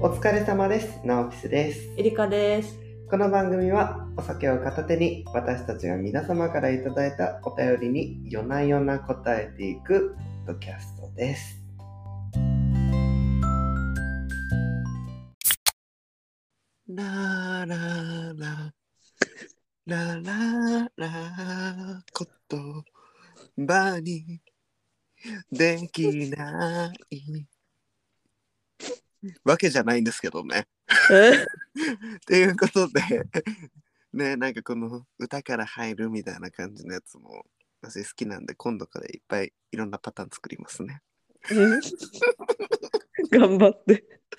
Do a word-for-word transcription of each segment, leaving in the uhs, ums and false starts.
お疲れ様です。ナオピスです。 エリカです。 この番組はお酒を片手に私たちが皆様からいただいたお便りに夜な夜な答えていくポッドキャストです。ララララララ言葉にできないわけじゃないんですけどね。っていうことでね、なんかこの歌から入るみたいな感じのやつも私好きなんで、今度からいっぱいいろんなパターン作りますね。 頑張って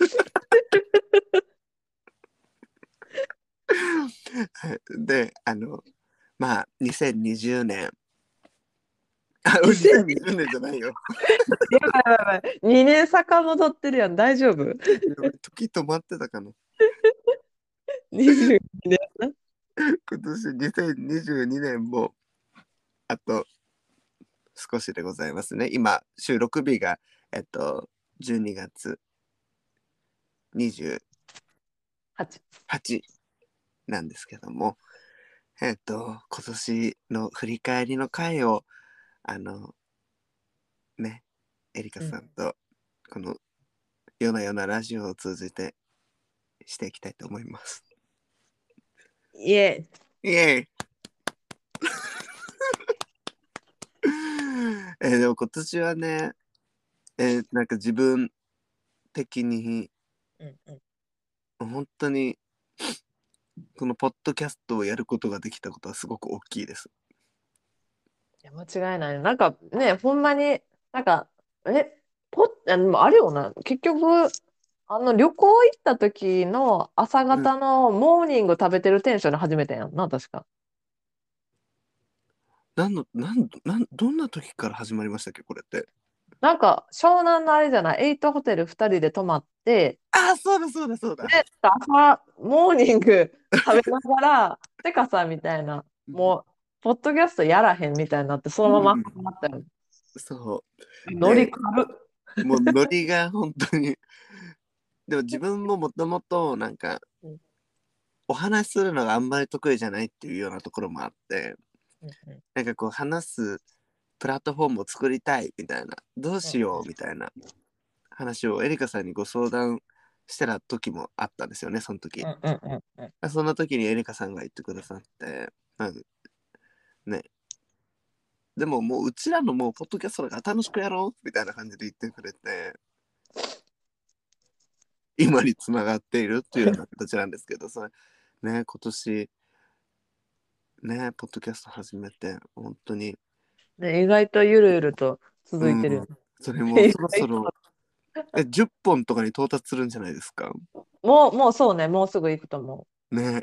で、あのまあにせんにじゅうねんあ、にせんにじゅうねんじゃないよ。 やばいやばいやばい。にねん遡ってるやん。大丈夫？ 時止まってたかな。 にじゅうにねんな。 今年にせんにじゅうにねんもあと少しでございますね。今収録日がえっとじゅうにがつにじゅうはちなんですけども、えっと今年の振り返りの回をあのね、エリカさんとこの夜な夜なラジオを通じてしていきたいと思います。 イエイエイえーでも今年はね、えーなんか自分的にーイ。うんうん。 本当にこのポッドキャストをやることができたことはすごく大きいです。 いや、間違いない。なんかね、ほんまに、なんか、え、ポッ、あ、でもあれよな。結局、あの、旅行行った時の朝うん、 方のモーニング食べてるテンションで始めたやんな、確か。 なんのなんなんどんな時から始まりましたっけこれって。 なんか、湘南のあれじゃない、エイトホテルふたりで泊まって、 ああ、そうだそうだそうだ。 で、朝、モーニング食べながら、てかさ、みたいな、 うんもう、ポッドキャストやらへんみたいになって、そのまま始まったよ。 そうで、 ノリ軽っ。 もうノリが本当に。でも自分ももともとなんかうんお話しするのがあんまり得意じゃないっていうようなところもあって、 うんうんなんかこう話すプラットフォームを作りたいみたいな、どうしようみたいな話をエリカさんにご相談してた時もあったんですよね、その時。 うんうんうんうん。 そんな時にエリカさんが言ってくださって、うんね、でももううちらのもうポッドキャストだから楽しくやろうみたいな感じで言ってくれて、今につながっているっていうような形なんですけど、それね、今年ね、ポッドキャスト始めて、本当に、 で、意外とゆるゆるとうん、 続いてるよ。 それも意そろそろ、 外とえ、じゅっぽんとかに到達するんじゃないですか。 もう、もうそうね、もうすぐ行くと思ね。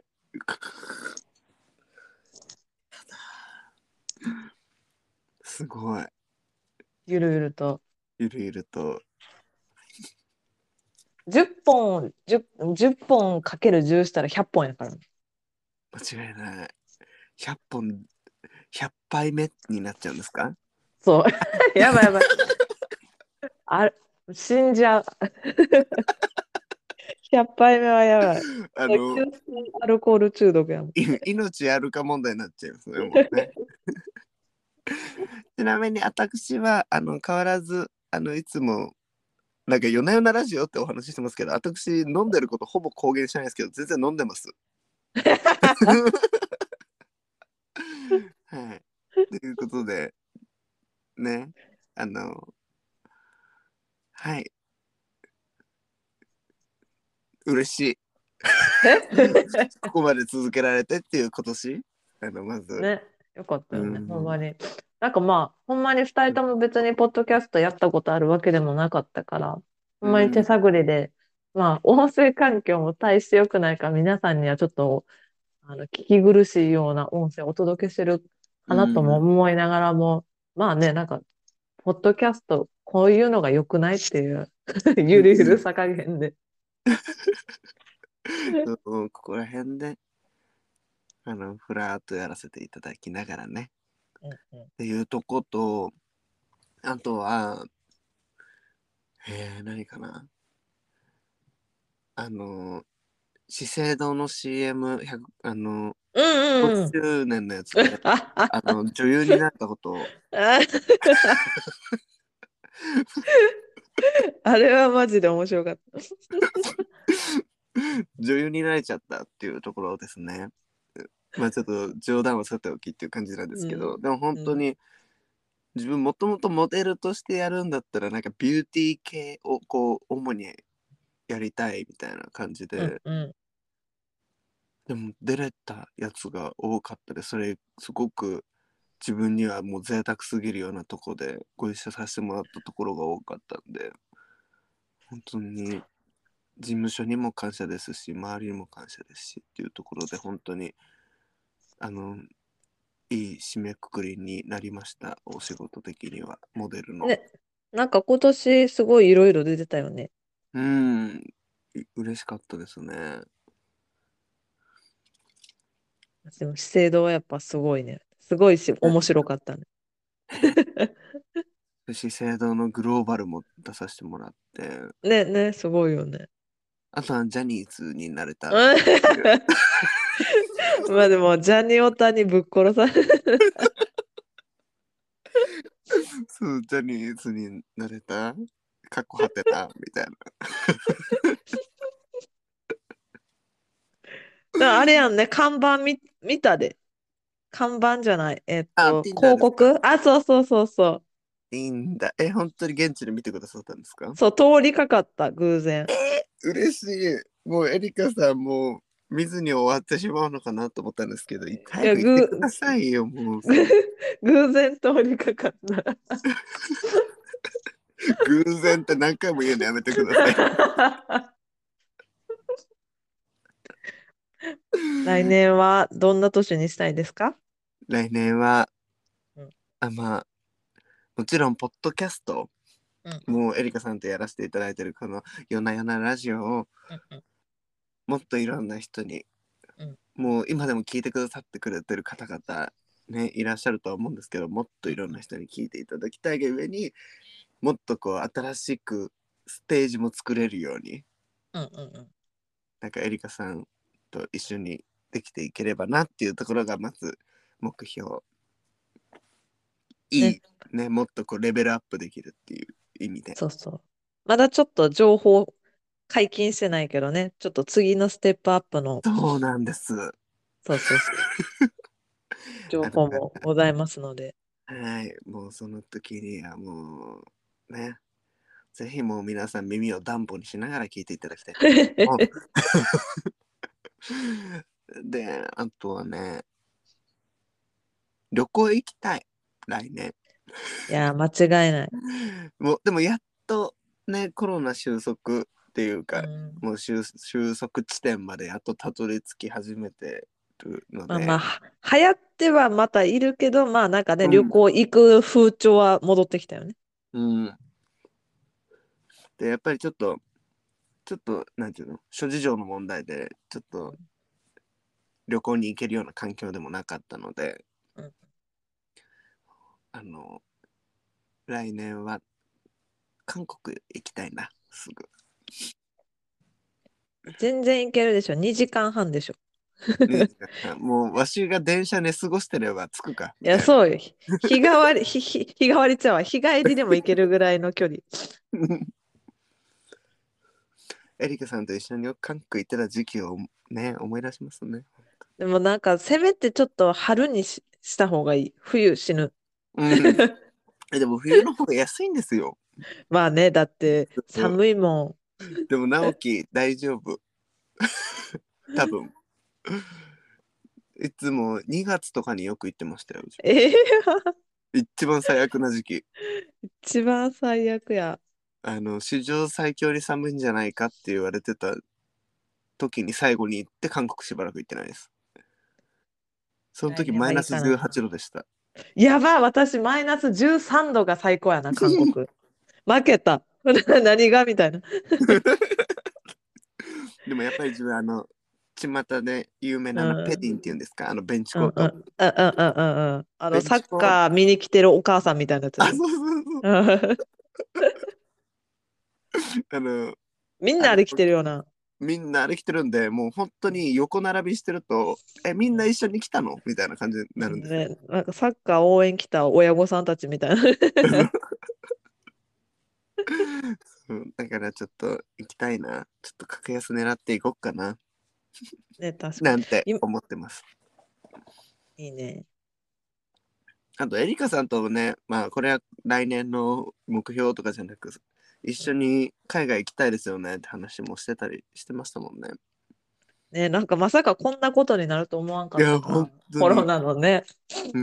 すごい。 う。ゆるゆると。 ゆるゆると。 じゅっぽん、じゅう、じゅっぽんかけるじゅうしたらひゃっぽんやから。 間違いない。ひゃっぽん、ひゃっぱいめになっちゃうんですか。 そう。やばいやばい。あ、死んじゃう。ひゃっぱいめはやばい。 あの、 急性アルコール中毒やもん。 い命あるか問題になっちゃいますね、もうね。ちなみに私は、あの、変わらず、あの、いつも、なんか夜な夜なラジオってお話ししてますけど、私飲んでることほぼ公言しないですけど、全然飲んでます。はい。ということで、ね、あの、はい、嬉しい。 えここまで続けられてっていう今年、あの、まず、 ね、よかったうよね、ほんまん、 に。なんかまあ、ほんまに二人とも別にポッドキャストやったことあるわけでもなかったから、ほんまに手うん、 探りで、まあ、音声環境も大して良くないから、皆さんにはちょっと、あの、聞き苦しいような音声をお届けしてるかうなともん、 思いながらも、まあね、なんか、ポッドキャスト、こういうのが良くないっていう、ゆるゆるさ加減で。 そうここら辺で、あの、ふらーっとやらせていただきながらね、 うんうんっていうとこと、あとは、えー、何かな。 あの、資生堂の シーエムひゃく、あの、 うんうんごうん。 しゅうねんのやつで、 あああの、女優になったことを、 ああれはマジで面白かった。 女優になれちゃったっていうところですね。まあちょっと冗談はさておきっていう感じなんですけど、 うん。 でも本うん。 当に自分もともとモデルとしてやるんだったらなんかビューティー系をこう主にやりたいみたいな感じで、 うんうん。 でも出れたやつが多かったで、それすごく自分にはもう贅沢すぎるようなとこでご一緒させてもらったところが多かったんで、本当に事務所にも感謝ですし、周りにも感謝ですしっていうところで本当にあのいい締めくくりになりました。お仕事的にはモデルの。 ね、なんか今年すごいいろいろ出てたよね。 うん、嬉しかったですね。 でも資生堂はやっぱすごいね。すごいし、面白かったね。 資生堂のグローバルも出させてもらって、 ね、ね、すごいよね。 あとはジャニーズになれたっうんていう。 まあでも、ジャニオタにぶっ殺される。 そう、ジャニーズになれたかっこはてなみたいな。 だからあれやんね、看板見、見たで。看板じゃない。えっあ、 と、 Tinder 広ですか？ 告あ、そうそうそうそう。 いいんだ。え、本当に現地で見てくださったんですか？ そう、通りかかった、偶然。 嬉しい。もうエリカさんもう見ずに終わってしまうのかなと思ったんですけど、 いや、 早く行ってぐ、 くださいよ、もうぐ、 そん偶然通りかかった。 偶然って何回も言うのやめてください。 来年はどんな年にしたいですか？ 来年は、 うんあ、まあ、もちろん、ポッドキャスト、 うんもうエリカさんとやらせていただいてるこの夜な夜なラジオをうんうんもっといろんな人に、 うんもう今でも聞いてくださってくれてる方々、ね、いらっしゃるとは思うんですけど、もっといろんな人に聞いていただきたいが上に、もっとこう、新しくステージも作れるように、 うんうんうん。 なんかエリカさんと一緒にできていければなっていうところがまず目標。いね、 いね、もっとこうレベルアップできるっていう意味で。 そうそう。まだちょっと情報解禁してないけどね、ちょっと次のステップアップの、 そうなんです。 そうそうそう、情あだか報もございますので。 ら、はい、もうその時にはもうね、ぜひもう皆さん耳を暖房にしながら聞いていただきたいと思うんですけど。で、あとはね、旅行行きたい、来年。 いやー、間違いない。 もう、でもやっとね、コロナ収束っていうか、 うん。 もう収収束地点までやっとたどり着き始めてるので、 まあまあ、は流行ってはまたいるけど、まあなんかね、旅うん、 行行く風潮は戻ってきたよね。 うん。で、やっぱりちょっと、ちょっと、なんていうの、諸事情の問題で、ちょっと旅行に行けるような環境でもなかったので、 うん。 あの、来年は韓国行きたいな、すぐ。 全然行けるでしょ。にじかんはんでしょ。 にじかんもう、わしが電車寝過ごしてれば着くか、 いや、 みたいな。 そうよ。ひ日替わり、ひ、ひ日替わりちゃうわ。日帰りでも行けるぐらいの距離。 エリカさんと一緒によく韓国行ってた時期をね、思い出しますね。 でもなんか、せめてちょっと春にし、した方がいい。冬死ぬ。 うん。えでも冬の方が安いんですよ。 まあね、だってそう。 寒いもでも直樹大丈夫。多分。いつもにがつとかによく行ってましたよ。 ん。ええ一番最悪な時期。 一番最悪や。 あの、史上最強に寒いんじゃないかって言われてた時に最後に行って韓国しばらく行ってないです。その来年は時マイナスいいかな。 じゅうはちどでした。 やば、私マイナスじゅうさんどが最高やな、韓国。負けた。何がみたいな。 でもやっぱり自分あの、巷で有名うなあのペディンっん。 ていうんですか、あのベンチうんうん。 コート。 うんうんうんうんうん。あの、 ベンサッチコート。 カー見に来てるお母さんみたいなやつであ、 しょ。 そうそうそう。 うんあの、 みんあれ、 なあれ着てるような。 みんなあれ来てるんで、もう本当に横並びしてると、え、みんな一緒に来たのみたいな感じになるんですよ。 ね、なんかサッカー応援来た親御さんたちみたいな。 うん、だからちょっと行きたいな。ちょっと格安狙っていこっかな。 ね、確かなんてに。い思ってます。 いいね。 あと、エリカさんともね、まあ、これは来年の目標とかじゃなく、一緒に海外行きたいですよねって話もしてたりしてましたもんね。 ね、なんかまさかこんなことになると思わんかいや、 ったから、 本当コロに。 ナのね、 うん。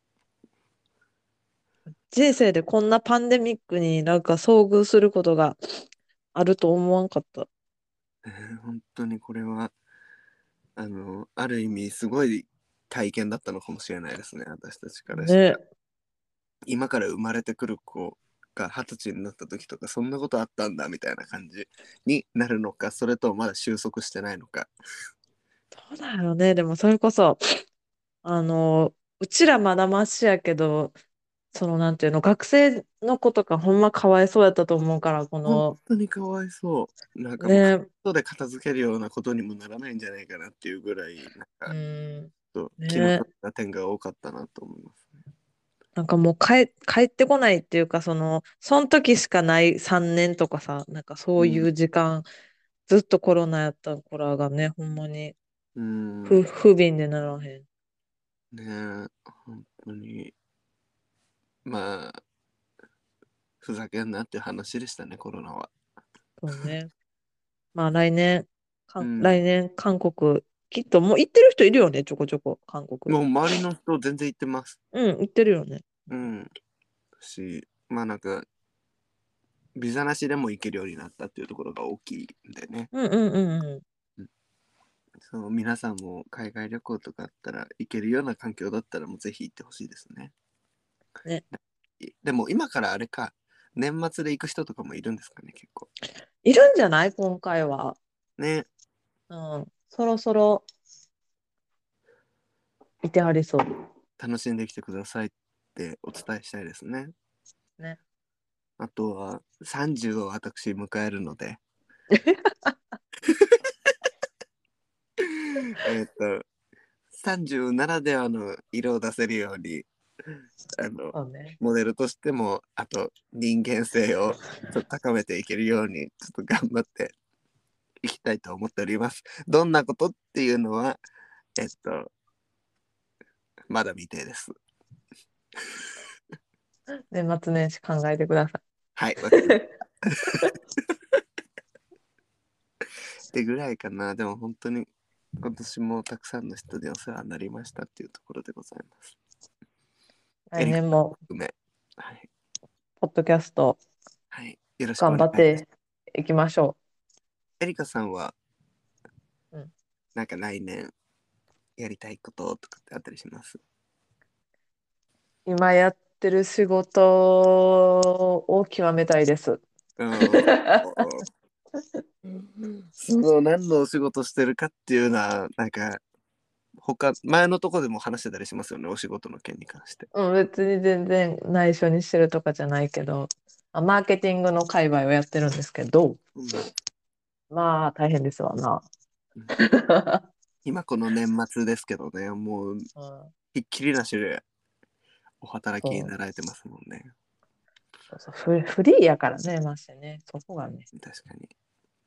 人生でこんなパンデミックになんか遭遇することがあると思わんかった。 えー本当にこれは、あの、ある意味、すごい体験だったのかもしれないですね、私たちからしたら。 ね、 今から生まれてくる子が二十歳になった時とか、そんなことあったんだみたいな感じになるのか、それともまだ収束してないのか。 どうだろうね。でもそれこそ、あの、うちらまだましやけど、そのなんていうの、学生の子とかほんまかわいそうやったと思うから、こ本の、 当にかわいそう。なんかもう、カッね、 トで片付けるようなことにもならないんじゃないかなっていうぐらい、なんうか、 ん、 ちょっと気のね、 毒な点が多かったなと思いますね。 なんかもう帰、帰ってこないっていうか、その、その時しかないさんねんとかさ、なんかそういうん。 う時間、ずっとコロナやった子らがね、ほんまにうん。 不、不憫でならへん。 ねえ、本当に、まあ、ふざけんなっていう話でしたね、コロナは。 そうね。まあ来年、かん、 うん。 来年韓国、きっともう行ってる人いるよね、ちょこちょこ、韓国。 もう周りの人全然言ってます。 うん、行ってるよね。 うん。し、まあなんか、ビザなしでも行けるようになったっていうところが大きいんでね。 うんうんうんうん。 うん、その皆さんも海外旅行とかあったら行けるような環境だったらもうぜひ行ってほしいですね。 ね。 でも今からあれか、年末で行く人とかもいるんですかね、結構。 いるんじゃない今回は。 ね、 うん。そろそろいてはりそう。 楽しんできてくださいってお伝えしたいですね。 ね。 あとはさんじゅうを私迎えるので、えっと、さんじゅうならではの色を出せるように、あの、 そうね。 モデルとしても、あと人間性をちょっと高めていけるように、ちょっと頑張っていきたいと思っております。どんなことっていうのは、えっと、まだ未定です。 年末年始考えてくださはい、わかりましい。 た。ってぐらいかな。でも本当に今年もたくさんの人にお世話になりましたっていうところでございます。エ来リカさん年も、 含め、はい、 ポッドキャストはい、よろしくお頑願いします。 張っていきましょエリカさんは、 う。うん、 なんか来年やりたいこととかってあったりします？ 今やってる仕事を極めたいです。 うん。その何のお仕事してるかっていうのは、なんか、他、前のとこでも話してたりしますよね、お仕事の件に関して。 うん、別に全然内緒にしてるとかじゃないけど、あマーケティングの界隈をやってるんですけど、 うん。 まあ大変ですわな。 うん、今この年末ですけどね、もううん、 ひっきりなしでお働きにそうなられてますもんね。 そうそうフ、フリーやからね、ましてね、そこがね。 確かに。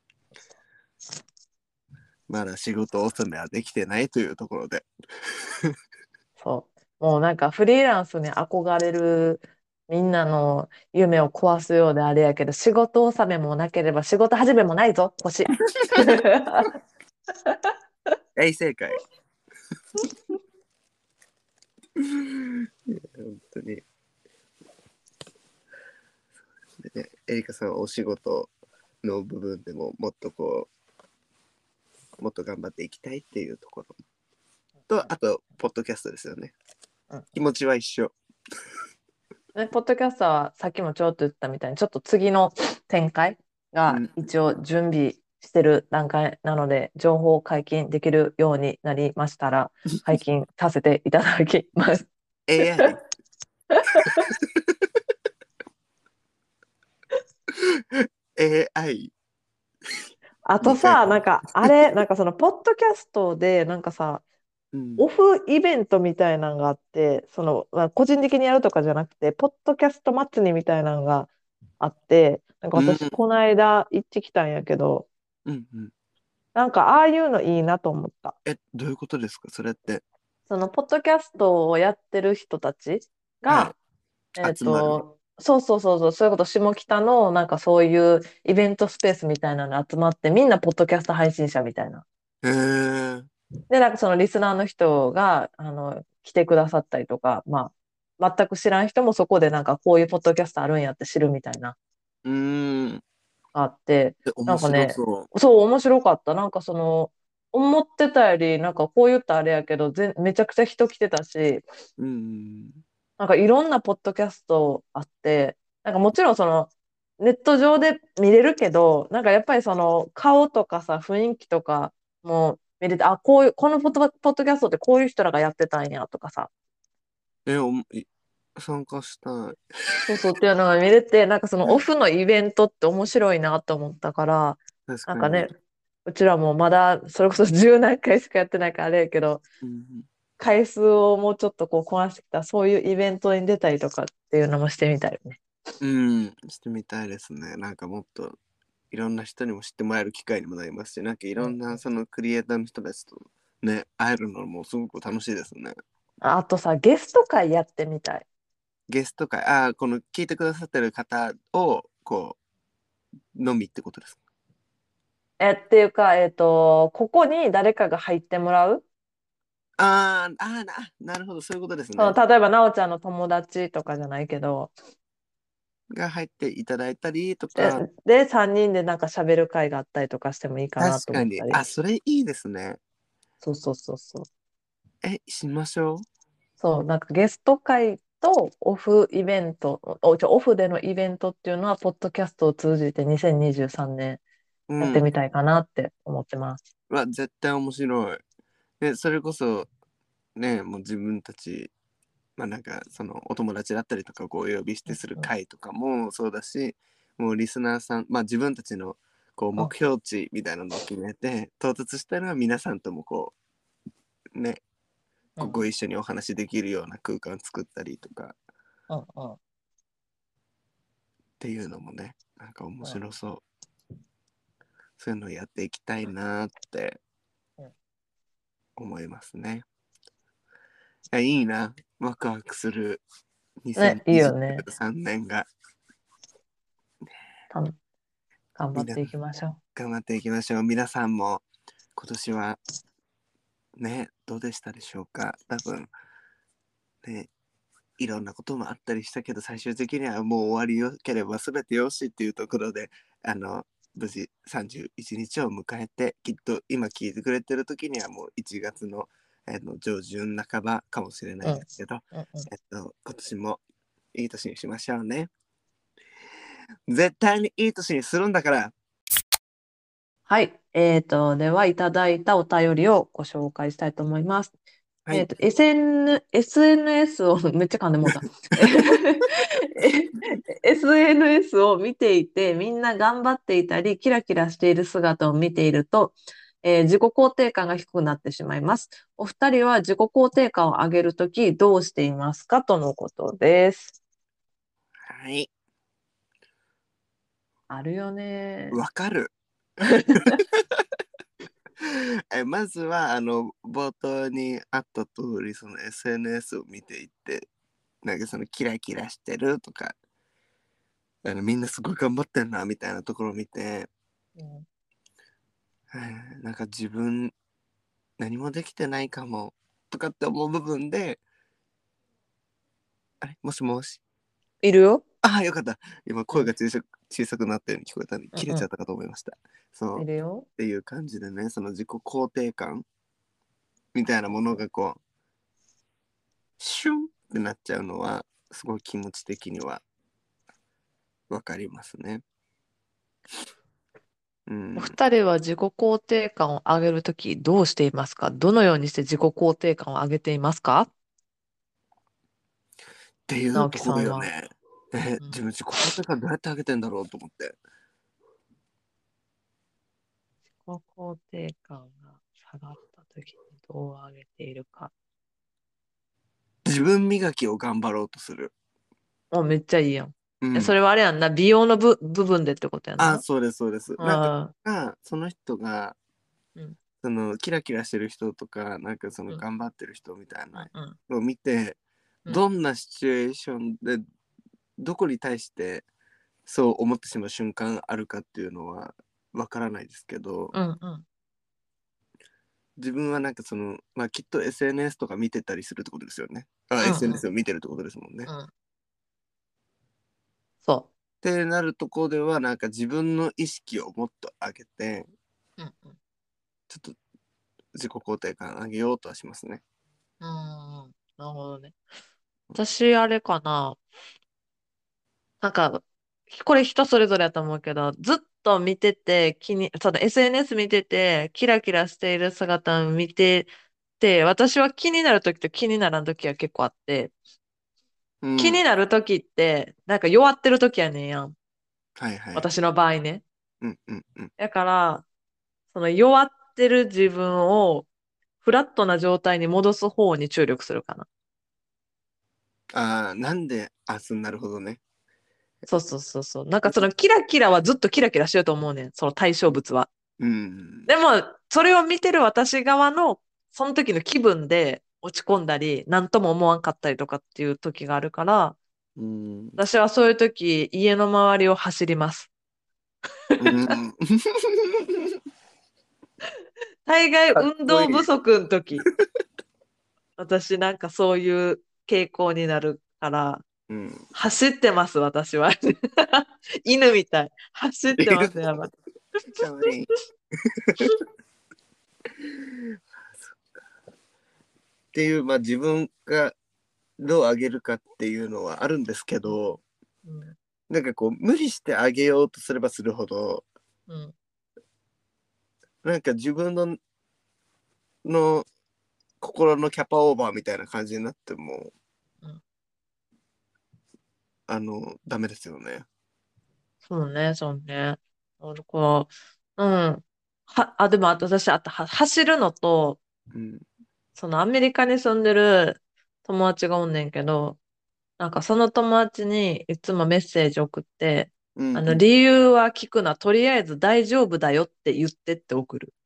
まだ仕事納めはできてないというところで。 そう。もうなんかフリーランスに憧れるみんなの夢を壊すようであれやけど、仕事納めもなければ仕事始めもないぞ、星。 大正解。本当に。でね、エリカさんはお仕事の部分でももっとこう、もっと頑張っていきたいっていうところと、あと、ポッドキャストですよね。 うん、 気持ちは一緒。 ね、ポッドキャストはさっきもちょっと言ったみたいに、ちょっと次の展開がうん。 一応準備してる段階なので、情報を解禁できるようになりましたら、解禁させていただきます。 エーアイ。エーアイ。 あとさ、 言い換えた。 なんか、あれ、なんかその、ポッドキャストで、なんかさ、 うん。 オフイベントみたいなのがあって、その、まあ、個人的にやるとかじゃなくて、ポッドキャスト祭りみたいなのがあって、なんかうん。 私、この間行ってきたんやけど、 うん。うん。 なんか、ああいうのいいなと思った。 え、どういうことですかそれって？ その、ポッドキャストをやってる人たちはい。 が、えっ集まる。 と、そうそうそうそう、そういうこと、下北の、なんかそういうイベントスペースみたいなのに集まって、みんなポッドキャスト配信者みたいな。 へえ。 で、なんかそのリスナーの人が、あの、来てくださったりとか、まあ、全く知らん人もそこでなんかこういうポッドキャストあるんやって知るみたいな、 うーん。 あって、 え、面なんかね、 白そそう、面白かった。なんかその、思ってたより、なんかこう言ったらあれやけど、ぜめちゃくちゃ人来てたし、 う。うん。 なんかいろんなポッドキャストあって、なんかもちろんその、ネット上で見れるけど、なんかやっぱりその顔とかさ、雰囲気とかも見れて、あ、こういう、このポッド、ポッドキャストってこういう人らがやってたんやとかさ、 え、おも、い参加したい。 そうそうっていうのが見れて、なんかそのオフのイベントって面白いなと思ったから、 確かに。 なんかね、うちらもまだそれこそ十何回しかやってないからあれやけど、 うん。 回数をもうちょっとこうこなしてきた、そういうイベントに出たりとかっていうのもしてみたいよね。 うん。してみたいですね。なんかもっといろんな人にも知ってもらえる機会にもなりますし、なんかいろんなそのクリエイターの人たちとね、会えるのもすごく楽しいですね。 あとさ、ゲスト会やってみたい。 ゲスト会、ああ、この聞いてくださってる方を、こう、のみってことですか？ え、っていうか、えっと、ここに誰かが入ってもらう。 あーあー、ななるほど、そういうことですその、 ね。 例えば、なおちゃんの友達とかじゃないけど、 が入っていただいたりとで、 か、 で、さんにんでなんか喋る会があったりとかしてもいいかな確かに、 と思ったり。 あ、それいいですね。 そうそうそうそう。 え、しましょそう、なんかゲスト会とオフイベント、お、ちょ、オフでのイベントっていうのは、ポッドキャストを通じてにせんにじゅうさんねんう。 やっうん。 てみたいかなって思ってます。 は、絶対面白い。で、それこそ、ね、もう自分たち、まあなんか、そのお友達だったりとか、こうお呼びしてするうんうん。 会とかもそうだし、もうリスナーさん、まあ自分たちのこうあ、 目標値みたいなのを決めて、到達したら皆さんともこう、ね、 うん、 こうご一緒にお話できるような空間を作ったりとかうん、うん、 っていうのもね、なんか面うん、 白そう。そういうのをやっていきたいなってうん。 思いますね。いいな。ワクワクするね、いいよね。 にせんにじゅうさんねんが。 たん頑張っみんなていきましょ頑張っていきましょう。皆さんも今年はね、どうでしたでしょうか。多分ね、いろんなこともあったりしたけど、最終的にはもう終わりよければ全てよしっていうところで、あの、無事さんじゅういちにちを迎えて、きっと今聞いてくれてる時にはもういちがつの、えーの上旬半ばかもしれなう。うん、 いですけど、 うん、うん。 えっと、今年もいい年にしましょうね。絶対にいい年にするんだから。 はい。えっと、では、いただいたお便りをご紹介したいと思います。 はい。 えっと、エスエヌ、エスエヌエス を、めっちゃ噛んでもうた。エスエヌエス を見ていて、みんな頑張っていたり、キラキラしている姿を見ていると、えー自己肯定感が低くなってしまいます。お二人は自己肯定感を上げるとき、どうしていますかとのことです。 はい。 あるよね。 わかる。えまずは、あの、冒頭にあった通り、その エスエヌエス を見ていって、なんかそのキラキラしてるとか、あのみんなすごい頑張ってんなみたいなところを見て、 うん、 うんなんか自分何もできてないかもとかって思う部分で、あれもしもし、 いるよ。 ああ、よかった。今うん、 声が小さく小さくなったように聞こえたんで、 うん、う切れちゃったかと思いました。そう。 ん。いるよ。 っていう感じでね、その自己肯定感みたいなものがこう、シュンってなっちゃうのは、すごい気持ち的にはわかりますね。うおん。 二人は自己肯定感を上げるときどうしていますか？どのようにして自己肯定感を上げていますか？ っていう直ところ樹さんは。 よね。え、 うん、 自分自己肯定感どうやって上げてんだろうと思って。 肯定感が下がった時にどう上げているか。 自分磨きを頑張ろうとする。 もうめっちゃいいやん。え、そうん。 れはあれやんな。美容の部、部分でってことやんあ、 な。 そうです、そうです。なんか、 あがその人が、 ーうん、 その、キラキラしてる人とか、なんかその、 うん、 頑張ってる人みたいなうん、うん、 のを見て、 うん、 どんなシチュエーションで、どこに対してそう思ってしまう瞬間あるかっていうのはわからないですけど、 うん、うん、 自分はなんかその、まあきっと エスエヌエス とか見てたりするってことですよね。あ、 うん、うエスエヌエスん、 を見てるってことですもんね。 うん。そってなるところでは、なんか自分の意識をもっと上げて、 う。うん、うん。 ちょっと自己肯定感上げようとはしますね。 うーん、なるほどね。私、あれかな。なんか、これ人それぞれやと思うけど、ずっと見てて、気に、その エスエヌエス 見てて、キラキラしている姿を見てて、私は気になるときと気にならんときは結構あって、 うん。 気になるときって、なんか弱ってるときやねんやん。 はいはい。 私の場合ね。 うんうんうん。 だから、その弱ってる自分をフラットな状態に戻す方に注力するかな。 ああ、なんで、あ、そう、なるほどね。 そうそうそうそう。なんかそのキラキラはずっとキラキラしてると思うねん。その対象物は。 うん。 でも、それを見てる私側の、その時の気分で落ち込んだり、なんとも思わんかったりとかっていう時があるから、 うん。 私はそういう時、家の周りを走ります。 うん。 大概かっ運こいい。 動不足の時、私なんかそういう傾向になるから、 うん。 走ってます、私は。犬みたい。走ってます、やばい。 かわいい。っていう、まあ自分がどう上げるかっていうのはあるんですけうん、 ど、 うん、 なんかこう無理して上げようとすればするほど、 うん。 なんか自分のの心のキャパオーバーみたいな感じになっても、 うん。 あの、ダメですよね。 そうね、そうね。だから、うん。は、あ、でも私、あと、は、走るのと、 うん。 そのアメリカに住んでる友達がおんねんけど、なんかその友達にいつもメッセージ送って、あの、 うんうん。 理由は聞くな、とりあえず大丈夫だよって言ってって送る。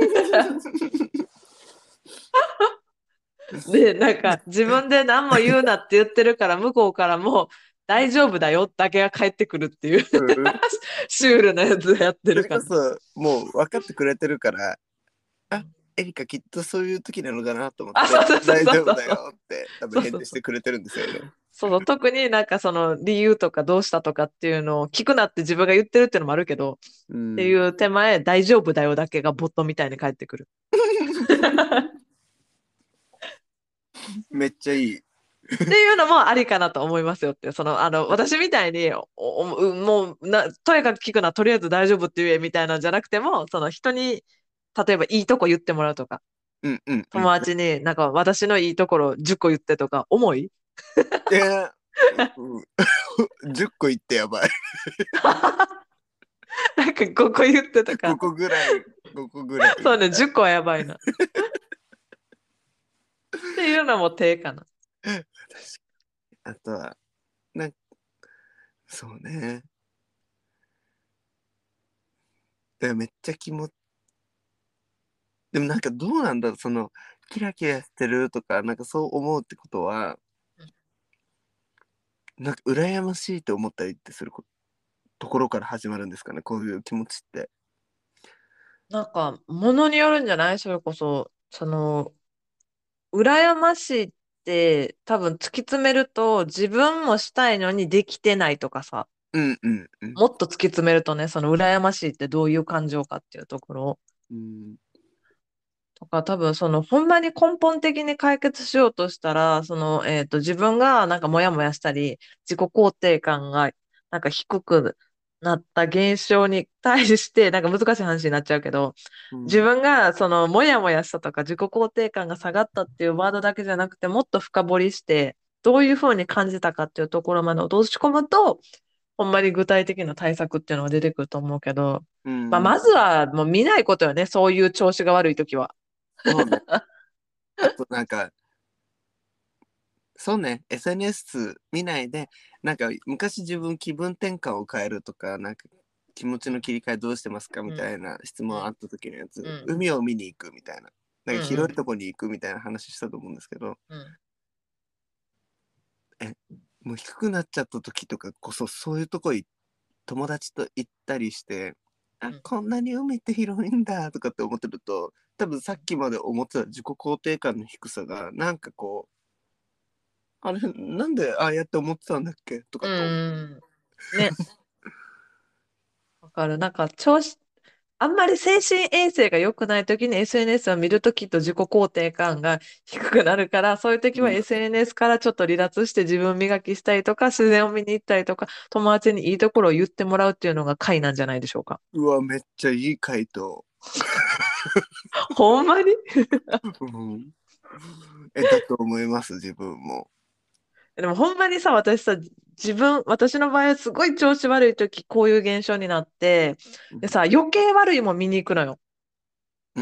で、なんか自分で何も言うなって言ってるから、向こうからも大丈夫だよだけが返ってくるっていううん、 シュールなやつやってそれるかな。 こそもう分かってくれてるから、あ、 うん、 エリカきっとそういう時なのかなと思っあ、 て、 そうそうそう大丈夫だそうそう。 よって多分返そうそうそう。 事してくれてるんですよね。 そうそう、特になんかその理由とかどうしたとかっていうのを聞くなって自分が言ってるっていうのもあるけど、っていうん。 う手前、大丈夫だよだけがボットみたいに返ってくる。 めっちゃいい。 っていうのもありかなと思いますよって。その、あの、私みたいに、おおもうな、とにかく聞くな、とりあえず大丈夫って言えみたいなんじゃなくても、その人に、例えばいいとこ言ってもらうとか、 うんうんうん。 友達になんか私のいいところじゅっこ言ってとか、重い。 いや、うん、じゅっこ言ってやばい。 なんかごこ言ってと 5 か、 個ぐらい、ごこぐらい言っそうね、 た。 じゅっこはやばいな。っていうのも手かな。 あとは、なんそうね。だからめっちゃ気持でもなんかどうなんだろう、その、キラキラしてるとか、なんかそう思うってことは、なんか羨ましいと思ったりってすることころから始まるんですかね、こういう気持ちって。 なんか、ものによるんじゃない？それこそ、その、羨ましいって多分突き詰めると自分もしたいのにできてないとかさ、 うんうんうん。 もっと突き詰めるとね、その羨ましいってどういう感情かっていうところうん。 とか、多分そのほんまに根本的に解決しようとしたら、その、えっと、自分がなんかモヤモヤしたり、自己肯定感がなんか低くなった現象に対して、なんか難しい話になっちゃうけど、自うん。 分がそのモヤモヤしたとか自己肯定感が下がったっていうワードだけじゃなくて、もっと深掘りして、どういうふうに感じたかっていうところまで落とし込むと、 ほんまに具体的な対策っていうのが出てくると思うけど、まあ、 うん。 まずはもう見ないことよね。そういう調子が悪いときは。 そうね。あとなんか、そうね、エスエヌエス 見ないで、なんか昔自分気分転換を変えるとか、なんか気持ちの切り替えどうしてますかみうん。 たいな質問あった時のやつ、 うん。 海を見に行くみたいな、なんかうん。うん。 広いとこに行くみたいな話したと思うんですけど、 うん。 え、もう低くなっちゃった時とかこそ、そういうとこい友達と行ったりして、あ、 うん。 こんなに海って広いんだとかって思ってると、多分さっきまで思ってた自己肯定感の低さが、なんかこう、あれ、なんでああやって思ってたんだっけとかうって思う。 ん。ね。わかる。なんか、調子、あんまり精神衛生が良くないときに エスエヌエス を見るときっと自己肯定感が低くなるから、そういうときはうん、 エスエヌエス からちょっと離脱して自分磨きしたりとか、自然を見に行ったりとか、友達にいいところを言ってもらうっていうのが回なんじゃないでしょうか。 うわ、めっちゃいい回答。 ほんまに。 うん、え、だと思います、自分も。 でもほんまにさ、私さ、自分、私の場合はすごい調子悪いとき、こういう現象になって、でさ、余計悪いもん見に行くのよ。 うん。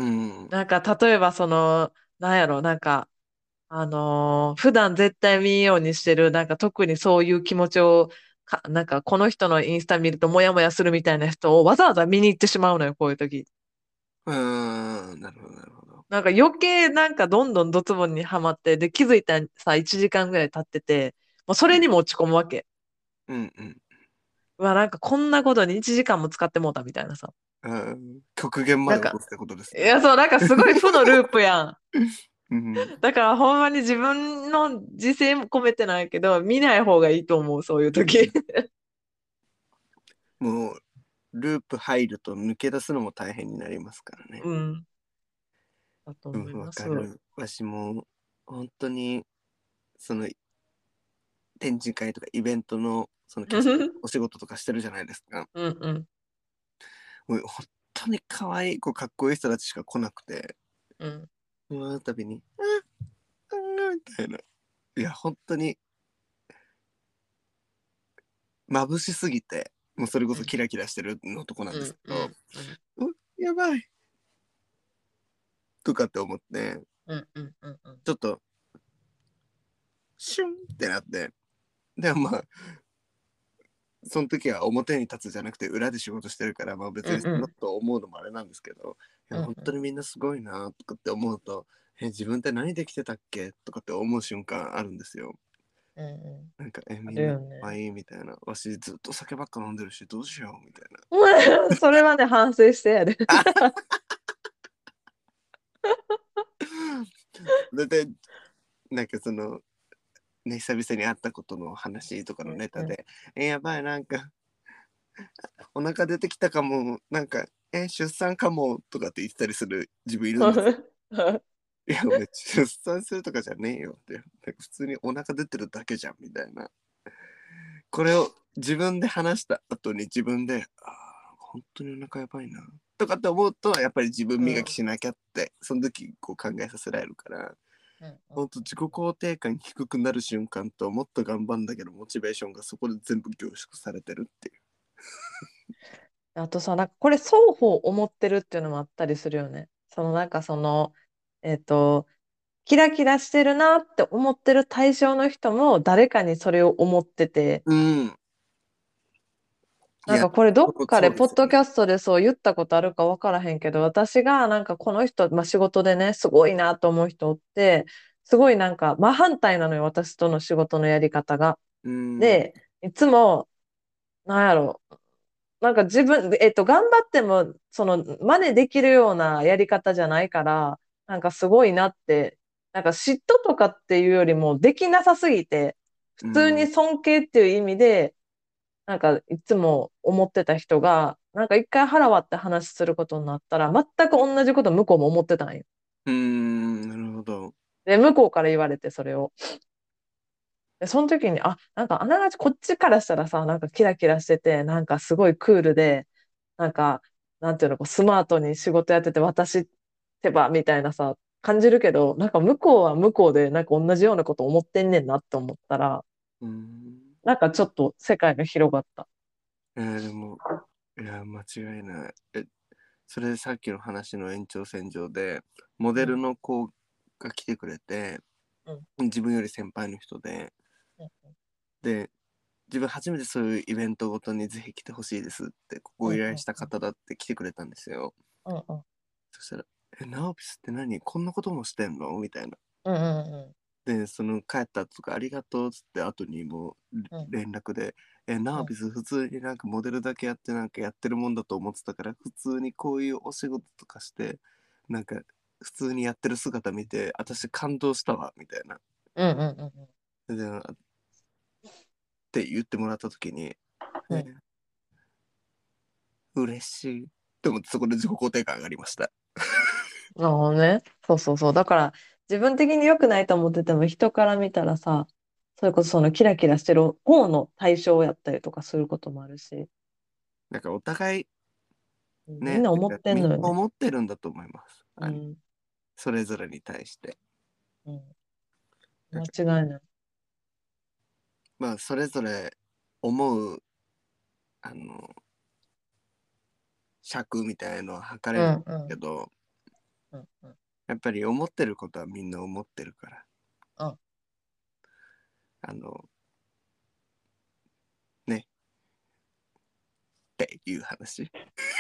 なんか、例えばその、なんやろ、なんか、あのー普段絶対見んようにしてる、なんか特にそういう気持ちを、か、なんかこの人のインスタ見るとモヤモヤするみたいな人をわざわざ見に行ってしまうのよ、こういう時。 うーん、なるほど、なるほど。 なんか余計なんかどんどんドツボにはまって、で気づいたらさ、いちじかんぐらい経ってて、もうそれにも落ち込むわけ。 うん、うん、 うわ、なんかこんなことにいちじかんも使ってもうたみたいなさ。 うん。極限まなんか、 で落とすってことですね。 いや、そう、なんかすごい負のループやん。 うん、 だからほんまに自分の自制も込めてないけど、見ない方がいいと思う、そういう時。 もう、ループ入ると抜け出すのも大変になりますからね。 うん。だとうん、わ思います。 かる。わしも、本当に、その、展示会とかイベントの、そのキャスト、 うんお仕事とかしてるじゃないですか。 うん。 もう、本当に可愛い子、かっこいい人たちしか来なくて、 うん。 もう会うたびに、ああみたいな。いや、本当に眩しすぎて、もうそれこうん。 そキラキラしてるのとこなんうん。 ですけど、 うん。うん。 うやばいとかって思って、 うん。うん。うん。うん。 ちょっとシュンってなって、でもまあ、その時は表に立つじゃなくて裏で仕事してるから、まあ別にそんなこと思うのもあれなんですけど、いや、 うん。 本当にみんなすごいなとかって思うと、え、自分って何できてたっけとかって思う瞬間あるんですよ。 うん。 なんか、え、 あみんなるよね。 可愛いみたいな。わしずっと酒ばっか飲んでるし、どうしようみたいな。 うんそれはね、反省してやる。 で、なんかその、ね、久々に会ったことの話とかのネうん。 タで、え、やばい、なんか、お腹出てきたかも、なんか、え、出産かもとかって言ってたりする自分いるんです。いや、お前、出産するとかじゃねえよって。なんか普通にお腹出てるだけじゃん、みたいな。これを自分で話した後に自分で、ああ、本当にお腹やばいな。とかって思うと、やっぱり自分うん。 磨きしなきゃって、その時こう考えさせられるから、 うん。うん。 本当自己肯定感低くなる瞬間と、もっと頑張んだけど、モチベーションがそこで全部凝縮されてるっていう。 あとさ、なんかこれ双方思ってるっていうのもあったりするよね。そのなんかその、えっと、キラキラしてるなって思ってる対象の人も誰かにそれを思ってて、 うん。いや、 なんかこれどっかそでポッうですよね。 ドキャストでそう言ったことあるか分からへんけど、私がなんかこの人、まあ、仕事でね、すごいなと思う人って、すごいなんか真反対なのよ、私との仕事のやり方が。 うん。 で、いつも、なんやろ、なんか自分、えっと、頑張っても、その、真似できるようなやり方じゃないから、なんかすごいなって、なんか嫉妬とかっていうよりも、できなさすぎて、普通にうん。 尊敬っていう意味で、なんかいつも思ってた人が、なんか一回腹割って話することになったら、全く同じこと向こうも思ってたんよ。 うん。なるほど。 で、向こうから言われて、それを。で、その時に、あ、なんかあながちこっちからしたらさ、なんかキラキラしてて、なんかすごいクールで、なんか、なんていうの、こうスマートに仕事やってて、私ってば、みたいなさ、感じるけど、なんか向こうは向こうで、なんか同じようなこと思ってんねんなって思ったら、 うん。 なんかちょっと世界が広がった。 えー、でも、いや、間違いない。え、それでさっきの話の延長線上で、モデルの子が来てくれて、 うん、 自分より先輩の人で、 うん、 で、自分初めてそういうイベントごとにぜひ来てほしいですって、ここうん、うん、 を依頼した方だって来てくれたんですよ。 うん、うん、 そしたら、え、ナオピスって何こんなこともしてんのみたいな。 うん、うん、 で、その帰った後とかありがとうっつって後にもううん、 連絡で、え、ナうん、 オピス普通になんかモデルだけやってなんかやってるもんだと思ってたから、普通にこういうお仕事とかして、なんか普通にやってる姿見て、私感動したわ、みたいな。 うん、うん、 で、って言ってもらった時に、 うん。 え嬉しい。でもそこで自己肯定感上がりました。 なるほどね。そうそうそう。だから、自分的に良くないと思ってても、人から見たらさ、それこそそのキラキラしてる方の対象やったりとかすることもあるし、 なんかお互いね、 みんな思ってんみんなのよね。 思ってるんだと思います。あのうん。 それぞれに対して。 うん。間なんか違いない。 まあそれぞれ思うあの尺みたいのは測れるうん、うん、 けど、 うん、うん。 やっぱり思ってることはみんな思ってるから、 うん。 あのねっていう話。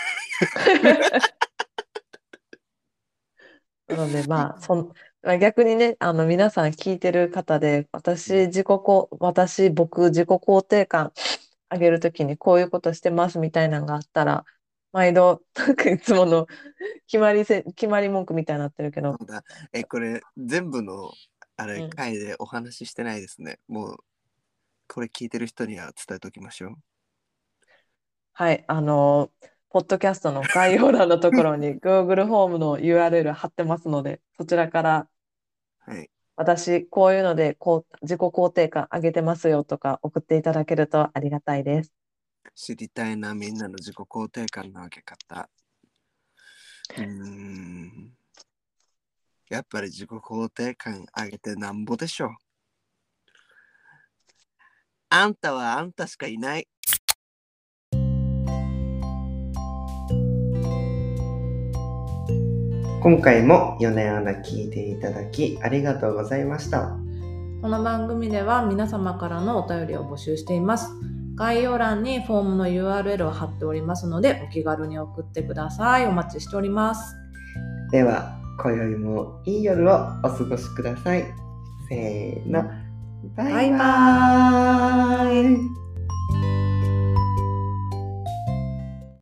なので、まあ、そん、まあ逆にね、あの、皆さん聞いてる方で、私、自己こう、私、僕、自己肯定感上げるときにこういうことしてますみたいなのがあったら、毎度、なんかいつもの決まりせ、決まり文句みたいになってるけど、 そうだ。え、これ全部のあれうん。 回でお話ししてないですね。もうこれ聞いてる人には伝えておきましょう。 はい、あの、ポッドキャストの概要欄のところに Google フォームの ユーアールエル 貼ってますので、そちらからはい。 私、こういうのでこう自己肯定感上げてますよとか送っていただけるとありがたいです。 知りたいな、みんなの自己肯定感の上げ方。うーん。やっぱり自己肯定感上げてなんぼでしょう。あんたはあんたしかいない。今回も米アナ聞いていただきありがとうございました。 この番組では皆様からのお便りを募集しています。概要欄にフォームの ユーアールエル を貼っておりますので、お気軽に送ってください。お待ちしております。 では、今宵もいい夜をお過ごしください。せーの。バイバーイ。